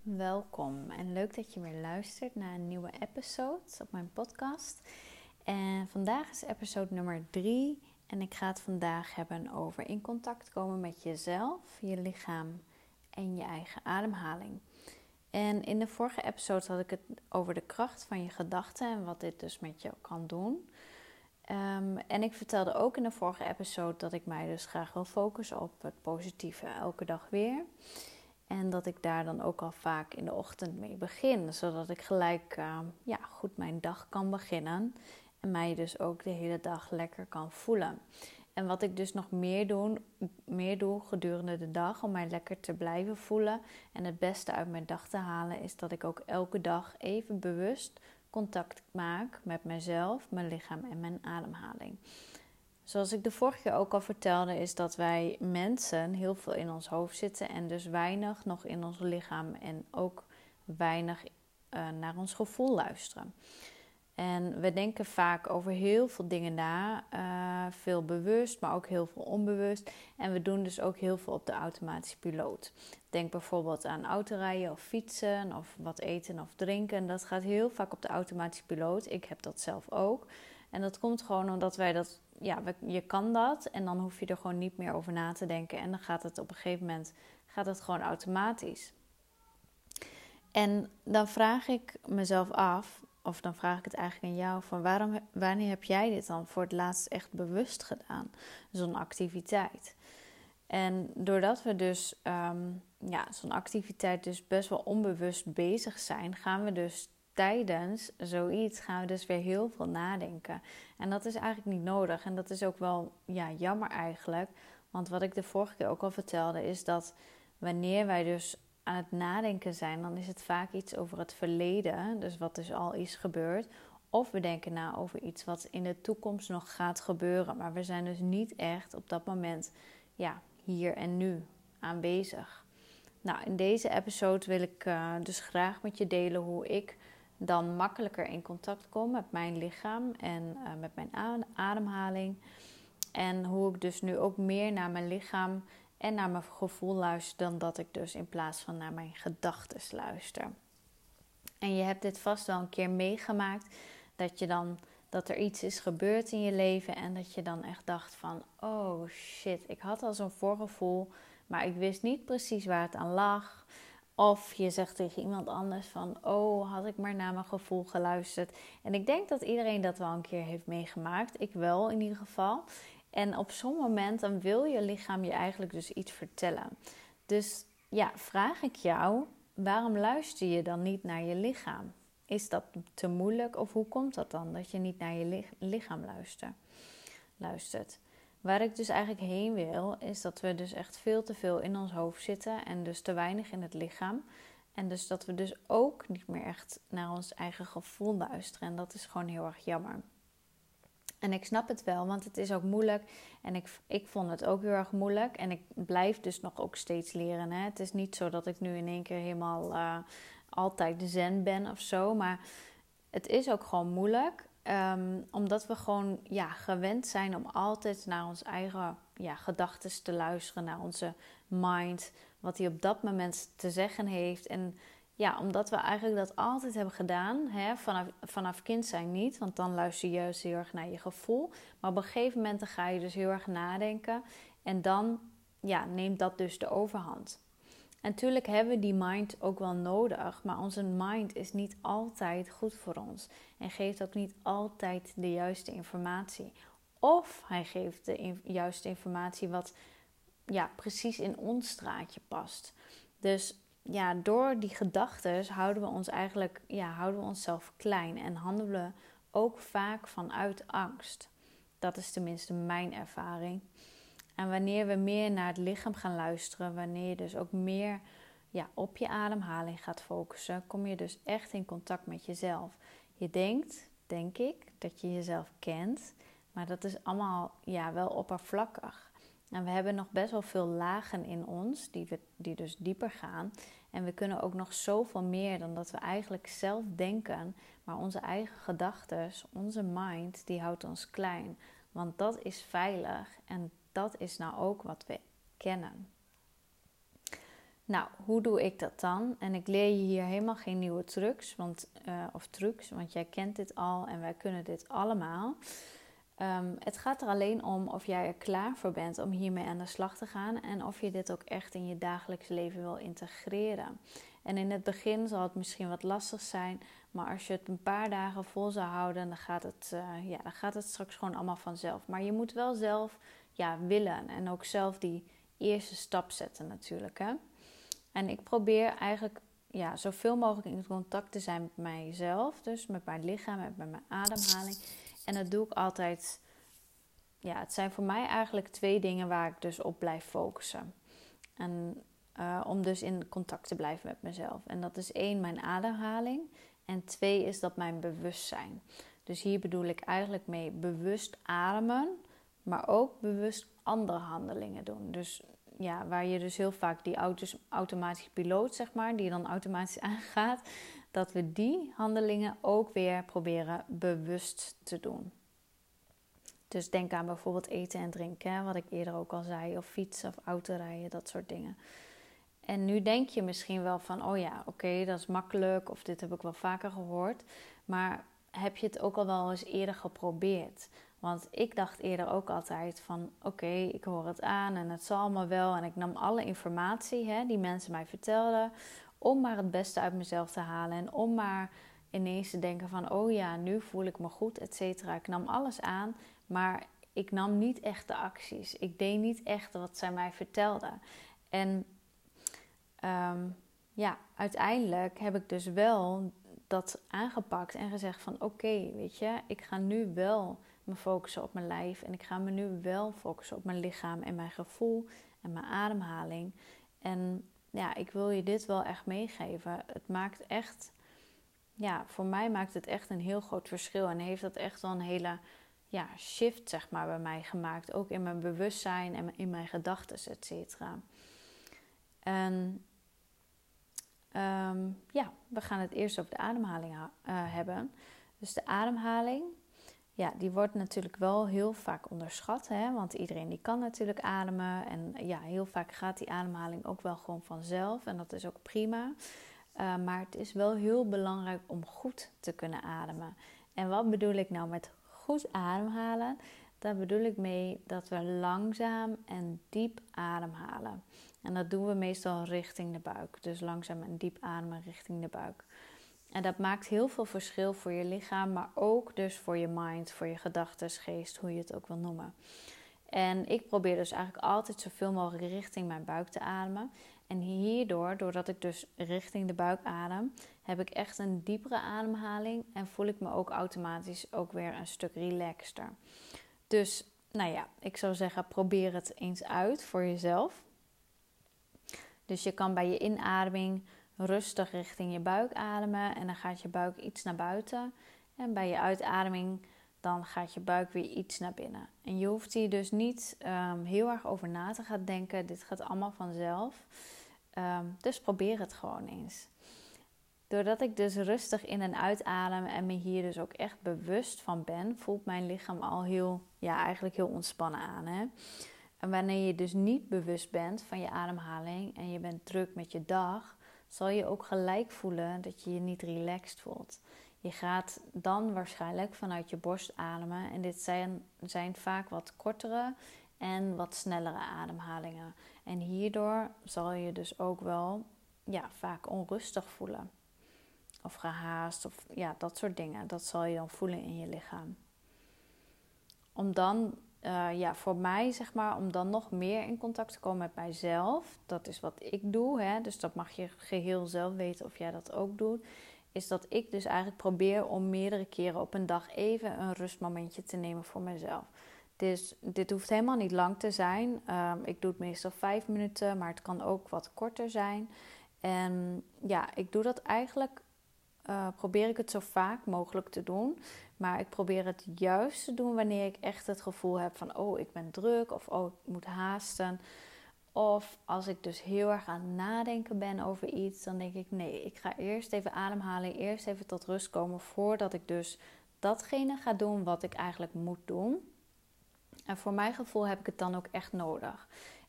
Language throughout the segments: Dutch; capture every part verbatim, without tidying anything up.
Welkom en leuk dat je weer luistert naar een nieuwe episode op mijn podcast. En vandaag is episode nummer drie en ik ga het vandaag hebben over in contact komen met jezelf, je lichaam en je eigen ademhaling. En in de vorige episode had ik het over de kracht van je gedachten en wat dit dus met je kan doen. Um, en ik vertelde ook in de vorige episode dat ik mij dus graag wil focussen op het positieve elke dag weer. En dat ik daar dan ook al vaak in de ochtend mee begin. Zodat ik gelijk uh, ja, goed mijn dag kan beginnen. En mij dus ook de hele dag lekker kan voelen. En wat ik dus nog meer doe, meer doe gedurende de dag om mij lekker te blijven voelen. En het beste uit mijn dag te halen is dat ik ook elke dag even bewust contact maak met mezelf, mijn lichaam en mijn ademhaling. Zoals ik de vorige keer ook al vertelde, is dat wij mensen heel veel in ons hoofd zitten en dus weinig nog in ons lichaam en ook weinig uh, naar ons gevoel luisteren. En we denken vaak over heel veel dingen na, uh, veel bewust, maar ook heel veel onbewust. En we doen dus ook heel veel op de automatische piloot. Denk bijvoorbeeld aan autorijden of fietsen of wat eten of drinken. Dat gaat heel vaak op de automatische piloot. Ik heb dat zelf ook. En dat komt gewoon omdat wij dat, ja, je kan dat en dan hoef je er gewoon niet meer over na te denken. En dan gaat het op een gegeven moment gaat het gewoon automatisch. En dan vraag ik mezelf af, of dan vraag ik het eigenlijk aan jou, van waarom, wanneer heb jij dit dan voor het laatst echt bewust gedaan? Zo'n activiteit. En doordat we dus um, ja, zo'n activiteit dus best wel onbewust bezig zijn, gaan we dus tijdens zoiets gaan we dus weer heel veel nadenken. En dat is eigenlijk niet nodig. En dat is ook wel ja, jammer eigenlijk. Want wat ik de vorige keer ook al vertelde, is dat wanneer wij dus aan het nadenken zijn, dan is het vaak iets over het verleden, dus wat dus al is gebeurd. Of we denken na over iets wat in de toekomst nog gaat gebeuren. Maar we zijn dus niet echt op dat moment ja, hier en nu aanwezig. Nou, in deze episode wil ik uh, dus graag met je delen hoe ik dan makkelijker in contact kom met mijn lichaam en uh, met mijn ademhaling. En hoe ik dus nu ook meer naar mijn lichaam en naar mijn gevoel luister dan dat ik dus in plaats van naar mijn gedachten luister. En je hebt dit vast wel een keer meegemaakt, dat je dan dat er iets is gebeurd in je leven en dat je dan echt dacht van, oh shit, ik had al zo'n voorgevoel, maar ik wist niet precies waar het aan lag. Of je zegt tegen iemand anders van, oh, had ik maar naar mijn gevoel geluisterd. En ik denk dat iedereen dat wel een keer heeft meegemaakt. Ik wel in ieder geval. En op zo'n moment dan wil je lichaam je eigenlijk dus iets vertellen. Dus ja, vraag ik jou, waarom luister je dan niet naar je lichaam? Is dat te moeilijk of hoe komt dat dan, dat je niet naar je lichaam luistert? luistert? Waar ik dus eigenlijk heen wil, is dat we dus echt veel te veel in ons hoofd zitten en dus te weinig in het lichaam. En dus dat we dus ook niet meer echt naar ons eigen gevoel luisteren. En dat is gewoon heel erg jammer. En ik snap het wel, want het is ook moeilijk. En ik, ik vond het ook heel erg moeilijk. En ik blijf dus nog ook steeds leren. Hè? Het is niet zo dat ik nu in één keer helemaal uh, altijd zen ben of zo. Maar het is ook gewoon moeilijk. Um, omdat we gewoon ja, gewend zijn om altijd naar onze eigen ja, gedachten te luisteren. Naar onze mind. Wat hij op dat moment te zeggen heeft. En ja, omdat we eigenlijk dat altijd hebben gedaan. Hè, vanaf, vanaf kind zijn niet. Want dan luister je juist heel erg naar je gevoel. Maar op een gegeven moment dan ga je dus heel erg nadenken. En dan ja, neemt dat dus de overhand. En natuurlijk hebben we die mind ook wel nodig. Maar onze mind is niet altijd goed voor ons. En geeft ook niet altijd de juiste informatie. Of hij geeft de in, juiste informatie wat ja, precies in ons straatje past. Dus ja, door die gedachten houden we ons eigenlijk, ja, houden we onszelf klein en handelen we ook vaak vanuit angst. Dat is tenminste mijn ervaring. En wanneer we meer naar het lichaam gaan luisteren, wanneer je dus ook meer ja, op je ademhaling gaat focussen, kom je dus echt in contact met jezelf. Je denkt, denk ik, dat je jezelf kent, maar dat is allemaal ja, wel oppervlakkig. En we hebben nog best wel veel lagen in ons, die, we, die dus dieper gaan. En we kunnen ook nog zoveel meer dan dat we eigenlijk zelf denken. Maar onze eigen gedachten, onze mind, die houdt ons klein. Want dat is veilig en dat is nou ook wat we kennen. Nou, hoe doe ik dat dan? En ik leer je hier helemaal geen nieuwe trucs, want, uh, of trucs, want jij kent dit al en wij kunnen dit allemaal. Um, het gaat er alleen om of jij er klaar voor bent om hiermee aan de slag te gaan en of je dit ook echt in je dagelijks leven wil integreren. En in het begin zal het misschien wat lastig zijn, maar als je het een paar dagen vol zou houden, dan gaat het, uh, ja, dan gaat het straks gewoon allemaal vanzelf. Maar je moet wel zelf ja, willen en ook zelf die eerste stap zetten natuurlijk, hè. En ik probeer eigenlijk ja, zoveel mogelijk in contact te zijn met mijzelf. Dus met mijn lichaam, met mijn ademhaling. En dat doe ik altijd. Ja, het zijn voor mij eigenlijk twee dingen waar ik dus op blijf focussen. En uh, om dus in contact te blijven met mezelf. En dat is één, mijn ademhaling. En twee is dat mijn bewustzijn. Dus hier bedoel ik eigenlijk mee bewust ademen. Maar ook bewust andere handelingen doen. Dus ja, waar je dus heel vaak die autos, automatische piloot, zeg maar, die dan automatisch aangaat, dat we die handelingen ook weer proberen bewust te doen. Dus denk aan bijvoorbeeld eten en drinken, hè, wat ik eerder ook al zei, of fietsen of autorijden, dat soort dingen. En nu denk je misschien wel van, oh ja, oké, okay, dat is makkelijk, of dit heb ik wel vaker gehoord. Maar heb je het ook al wel eens eerder geprobeerd? Want ik dacht eerder ook altijd van, oké, okay, ik hoor het aan en het zal allemaal wel. En ik nam alle informatie hè, die mensen mij vertelden, om maar het beste uit mezelf te halen. En om maar ineens te denken van, oh ja, nu voel ik me goed, et cetera. Ik nam alles aan, maar ik nam niet echt de acties. Ik deed niet echt wat zij mij vertelden. En um, ja, uiteindelijk heb ik dus wel dat aangepakt en gezegd van, oké, okay, weet je, ik ga nu wel me focussen op mijn lijf. En ik ga me nu wel focussen op mijn lichaam en mijn gevoel en mijn ademhaling. En ja, ik wil je dit wel echt meegeven. Het maakt echt, ja, voor mij maakt het echt een heel groot verschil. En heeft dat echt wel een hele ja, shift, zeg maar, bij mij gemaakt. Ook in mijn bewustzijn en in mijn gedachten, et cetera. En um, ja, we gaan het eerst over de ademhaling uh, hebben. Dus de ademhaling, ja, die wordt natuurlijk wel heel vaak onderschat, hè? Want iedereen die kan natuurlijk ademen. En ja, heel vaak gaat die ademhaling ook wel gewoon vanzelf. En dat is ook prima. Uh, maar het is wel heel belangrijk om goed te kunnen ademen. En wat bedoel ik nou met goed ademhalen? Daar bedoel ik mee dat we langzaam en diep ademhalen. En dat doen we meestal richting de buik. Dus langzaam en diep ademen richting de buik. En dat maakt heel veel verschil voor je lichaam, maar ook dus voor je mind, voor je gedachten, geest, hoe je het ook wil noemen. En ik probeer dus eigenlijk altijd zoveel mogelijk richting mijn buik te ademen. En hierdoor, doordat ik dus richting de buik adem, heb ik echt een diepere ademhaling en voel ik me ook automatisch ook weer een stuk relaxter. Dus, nou ja, ik zou zeggen, probeer het eens uit voor jezelf. Dus je kan bij je inademing rustig richting je buik ademen en dan gaat je buik iets naar buiten. En bij je uitademing dan gaat je buik weer iets naar binnen. En je hoeft hier dus niet um, heel erg over na te gaan denken. Dit gaat allemaal vanzelf. Um, dus probeer het gewoon eens. Doordat ik dus rustig in en uitadem en me hier dus ook echt bewust van ben, voelt mijn lichaam al heel, ja, eigenlijk heel ontspannen aan, hè. En wanneer je dus niet bewust bent van je ademhaling en je bent druk met je dag, zal je ook gelijk voelen dat je je niet relaxed voelt. Je gaat dan waarschijnlijk vanuit je borst ademen en dit zijn, zijn vaak wat kortere en wat snellere ademhalingen. En hierdoor zal je dus ook wel ja, vaak onrustig voelen. Of gehaast of ja, dat soort dingen. Dat zal je dan voelen in je lichaam. Om dan... Uh, ja, voor mij zeg maar, om dan nog meer in contact te komen met mijzelf. Dat is wat ik doe, hè, dus dat mag je geheel zelf weten of jij dat ook doet. Is dat ik dus eigenlijk probeer om meerdere keren op een dag even een rustmomentje te nemen voor mezelf. Dus dit hoeft helemaal niet lang te zijn. Um, ik doe het meestal vijf minuten, maar het kan ook wat korter zijn. En ja, ik doe dat eigenlijk, uh, probeer ik het zo vaak mogelijk te doen. Maar ik probeer het juist te doen wanneer ik echt het gevoel heb van, oh, ik ben druk of oh, ik moet haasten. Of als ik dus heel erg aan het nadenken ben over iets, dan denk ik, nee, ik ga eerst even ademhalen, eerst even tot rust komen voordat ik dus datgene ga doen wat ik eigenlijk moet doen. En voor mijn gevoel heb ik het dan ook echt nodig.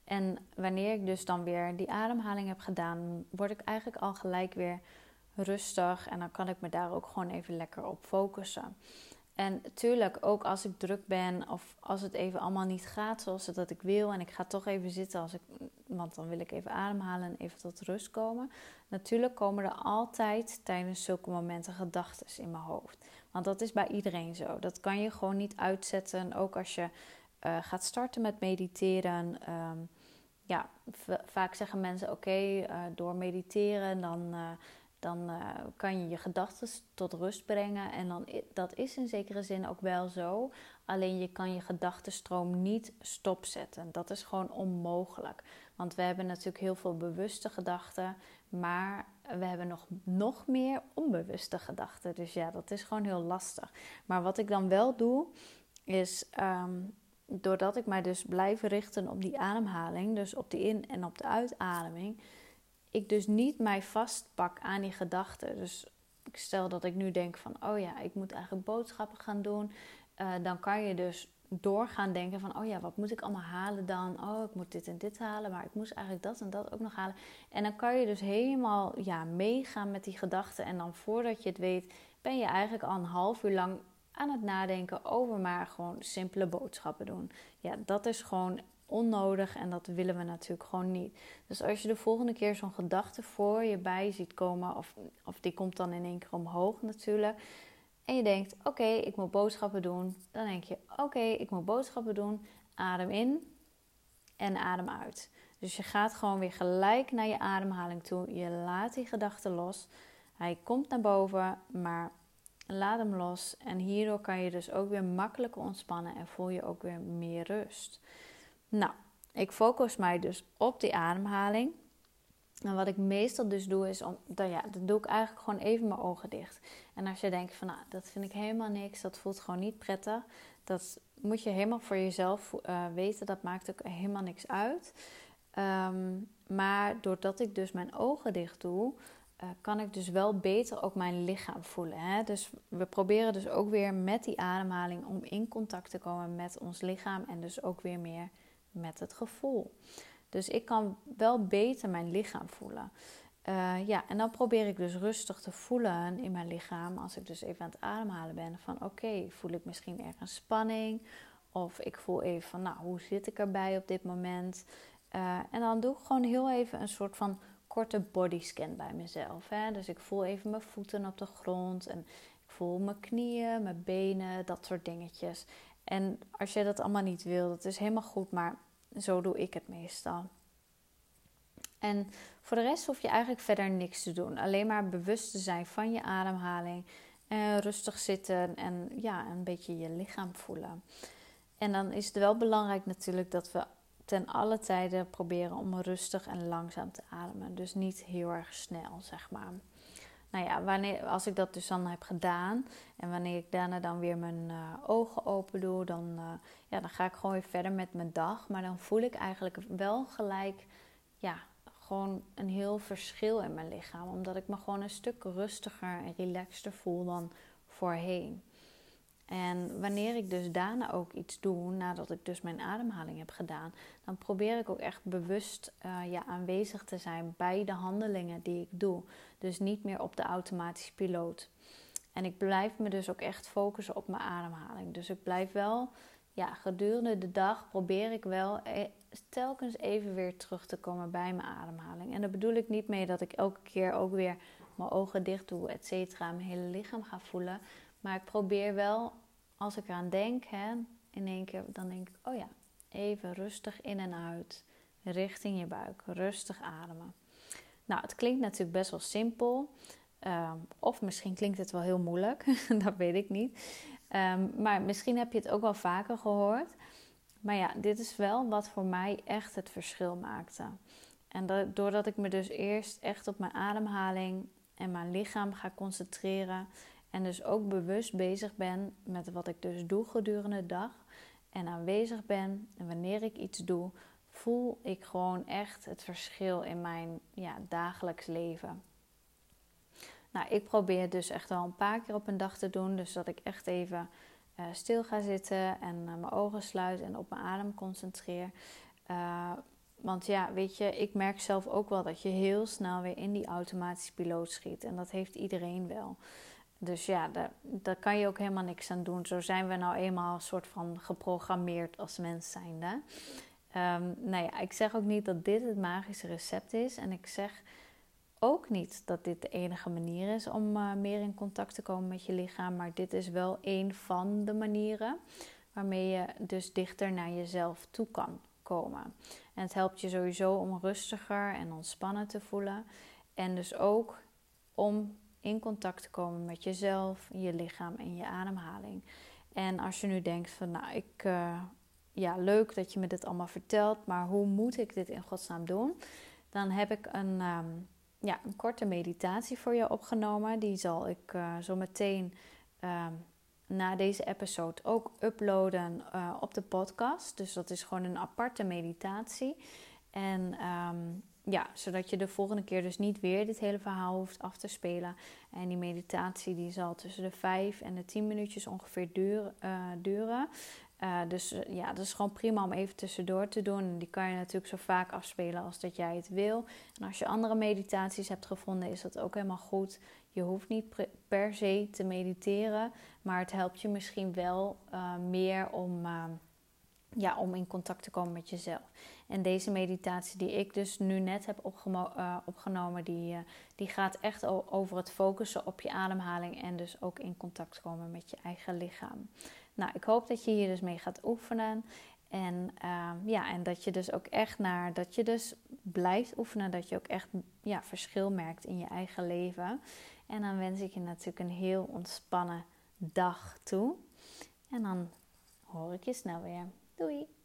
En wanneer ik dus dan weer die ademhaling heb gedaan, word ik eigenlijk al gelijk weer rustig. En dan kan ik me daar ook gewoon even lekker op focussen. En natuurlijk, ook als ik druk ben of als het even allemaal niet gaat zoals dat ik wil. En ik ga toch even zitten, als ik, want dan wil ik even ademhalen en even tot rust komen. Natuurlijk komen er altijd tijdens zulke momenten gedachten in mijn hoofd. Want dat is bij iedereen zo. Dat kan je gewoon niet uitzetten. Ook als je uh, gaat starten met mediteren. Um, ja, v- vaak zeggen mensen, oké, okay, uh, door mediteren dan... Uh, Dan uh, kan je je gedachten tot rust brengen. En dan, dat is in zekere zin ook wel zo. Alleen je kan je gedachtenstroom niet stopzetten. Dat is gewoon onmogelijk. Want we hebben natuurlijk heel veel bewuste gedachten. Maar we hebben nog, nog meer onbewuste gedachten. Dus ja, dat is gewoon heel lastig. Maar wat ik dan wel doe, is... Um, doordat ik mij dus blijf richten op die ademhaling. Dus op de in- en op de uitademing... ik dus niet mij vastpak aan die gedachten. Dus ik stel dat ik nu denk van... oh ja, ik moet eigenlijk boodschappen gaan doen. Uh, dan kan je dus doorgaan denken van... oh ja, wat moet ik allemaal halen dan? Oh, ik moet dit en dit halen, maar ik moest eigenlijk dat en dat ook nog halen. En dan kan je dus helemaal ja, meegaan met die gedachten. En dan voordat je het weet, ben je eigenlijk al een half uur lang aan het nadenken over maar gewoon simpele boodschappen doen. Ja, dat is gewoon... onnodig en dat willen we natuurlijk gewoon niet. Dus als je de volgende keer zo'n gedachte voor je bij ziet komen... of, of die komt dan in één keer omhoog natuurlijk... en je denkt, oké, okay, ik moet boodschappen doen... dan denk je, oké, okay, ik moet boodschappen doen... adem in en adem uit. Dus je gaat gewoon weer gelijk naar je ademhaling toe... je laat die gedachte los... hij komt naar boven, maar laat hem los... en hierdoor kan je dus ook weer makkelijker ontspannen... en voel je ook weer meer rust... Nou, ik focus mij dus op die ademhaling. En wat ik meestal dus doe is, om, dan, ja, dan doe ik eigenlijk gewoon even mijn ogen dicht. En als je denkt van, nou, dat vind ik helemaal niks, dat voelt gewoon niet prettig. Dat moet je helemaal voor jezelf uh, weten, dat maakt ook helemaal niks uit. Um, maar doordat ik dus mijn ogen dicht doe, uh, kan ik dus wel beter ook mijn lichaam voelen. Hè? Dus we proberen dus ook weer met die ademhaling om in contact te komen met ons lichaam. En dus ook weer meer met het gevoel. Dus ik kan wel beter mijn lichaam voelen. Uh, ja, en dan probeer ik dus rustig te voelen in mijn lichaam. Als ik dus even aan het ademhalen ben. Van oké, okay, voel ik misschien ergens spanning? Of ik voel even van, nou, hoe zit ik erbij op dit moment? Uh, en dan doe ik gewoon heel even een soort van korte bodyscan bij mezelf. Hè? Dus ik voel even mijn voeten op de grond. En ik voel mijn knieën, mijn benen, dat soort dingetjes. En als je dat allemaal niet wil, dat is helemaal goed, maar zo doe ik het meestal. En voor de rest hoef je eigenlijk verder niks te doen. Alleen maar bewust te zijn van je ademhaling. En rustig zitten en ja, een beetje je lichaam voelen. En dan is het wel belangrijk natuurlijk dat we ten alle tijden proberen om rustig en langzaam te ademen. Dus niet heel erg snel, zeg maar. Nou ja, wanneer, als ik dat dus dan heb gedaan en wanneer ik daarna dan weer mijn uh, ogen open doe, dan, uh, ja, dan ga ik gewoon weer verder met mijn dag. Maar dan voel ik eigenlijk wel gelijk, ja, gewoon een heel verschil in mijn lichaam. Omdat ik me gewoon een stuk rustiger en relaxter voel dan voorheen. En wanneer ik dus daarna ook iets doe, nadat ik dus mijn ademhaling heb gedaan, dan probeer ik ook echt bewust uh, ja, aanwezig te zijn bij de handelingen die ik doe. Dus niet meer op de automatische piloot. En ik blijf me dus ook echt focussen op mijn ademhaling. Dus ik blijf wel, ja, gedurende de dag probeer ik wel telkens even weer terug te komen bij mijn ademhaling. En daar bedoel ik niet mee dat ik elke keer ook weer mijn ogen dicht doe, et cetera, mijn hele lichaam ga voelen. Maar ik probeer wel, als ik eraan denk, hè, in één keer, dan denk ik, oh ja, even rustig in en uit, richting je buik, rustig ademen. Nou, het klinkt natuurlijk best wel simpel, um, of misschien klinkt het wel heel moeilijk, dat weet ik niet. Um, maar misschien heb je het ook wel vaker gehoord. Maar ja, dit is wel wat voor mij echt het verschil maakte. En dat, doordat ik me dus eerst echt op mijn ademhaling en mijn lichaam ga concentreren... en dus ook bewust bezig ben met wat ik dus doe gedurende de dag... en aanwezig ben en wanneer ik iets doe... voel ik gewoon echt het verschil in mijn ja, dagelijks leven. Nou, ik probeer het dus echt wel een paar keer op een dag te doen. Dus dat ik echt even uh, stil ga zitten en uh, mijn ogen sluit en op mijn adem concentreer. Uh, Want ja, weet je, ik merk zelf ook wel dat je heel snel weer in die automatische piloot schiet. En dat heeft iedereen wel. Dus ja, daar, daar kan je ook helemaal niks aan doen. Zo zijn we nou eenmaal een soort van geprogrammeerd als mens zijnde. Um, nou ja, ik zeg ook niet dat dit het magische recept is. En ik zeg ook niet dat dit de enige manier is om uh, meer in contact te komen met je lichaam. Maar dit is wel een van de manieren waarmee je dus dichter naar jezelf toe kan komen. En het helpt je sowieso om rustiger en ontspannen te voelen. En dus ook om in contact te komen met jezelf, je lichaam en je ademhaling. En als je nu denkt van, nou, ik, uh, ja, leuk dat je me dit allemaal vertelt, maar hoe moet ik dit in godsnaam doen? Dan heb ik een, um, ja, een korte meditatie voor je opgenomen. Die zal ik uh, zo meteen uh, na deze episode ook uploaden uh, op de podcast. Dus dat is gewoon een aparte meditatie. En um, ja, zodat je de volgende keer dus niet weer dit hele verhaal hoeft af te spelen. En die meditatie die zal tussen de vijf en de tien minuutjes ongeveer duren. Uh, duren. Uh, dus uh, ja, dat is gewoon prima om even tussendoor te doen. En die kan je natuurlijk zo vaak afspelen als dat jij het wil. En als je andere meditaties hebt gevonden, is dat ook helemaal goed. Je hoeft niet pre- per se te mediteren, maar het helpt je misschien wel uh, meer om... Uh, Ja, om in contact te komen met jezelf. En deze meditatie die ik dus nu net heb opgemo- uh, opgenomen... Die, uh, die gaat echt o- over het focussen op je ademhaling... en dus ook in contact komen met je eigen lichaam. Nou, ik hoop dat je hier dus mee gaat oefenen. En, uh, ja, en dat je dus ook echt naar... dat je dus blijft oefenen... dat je ook echt ja, verschil merkt in je eigen leven. En dan wens ik je natuurlijk een heel ontspannen dag toe. En dan hoor ik je snel weer. Doei!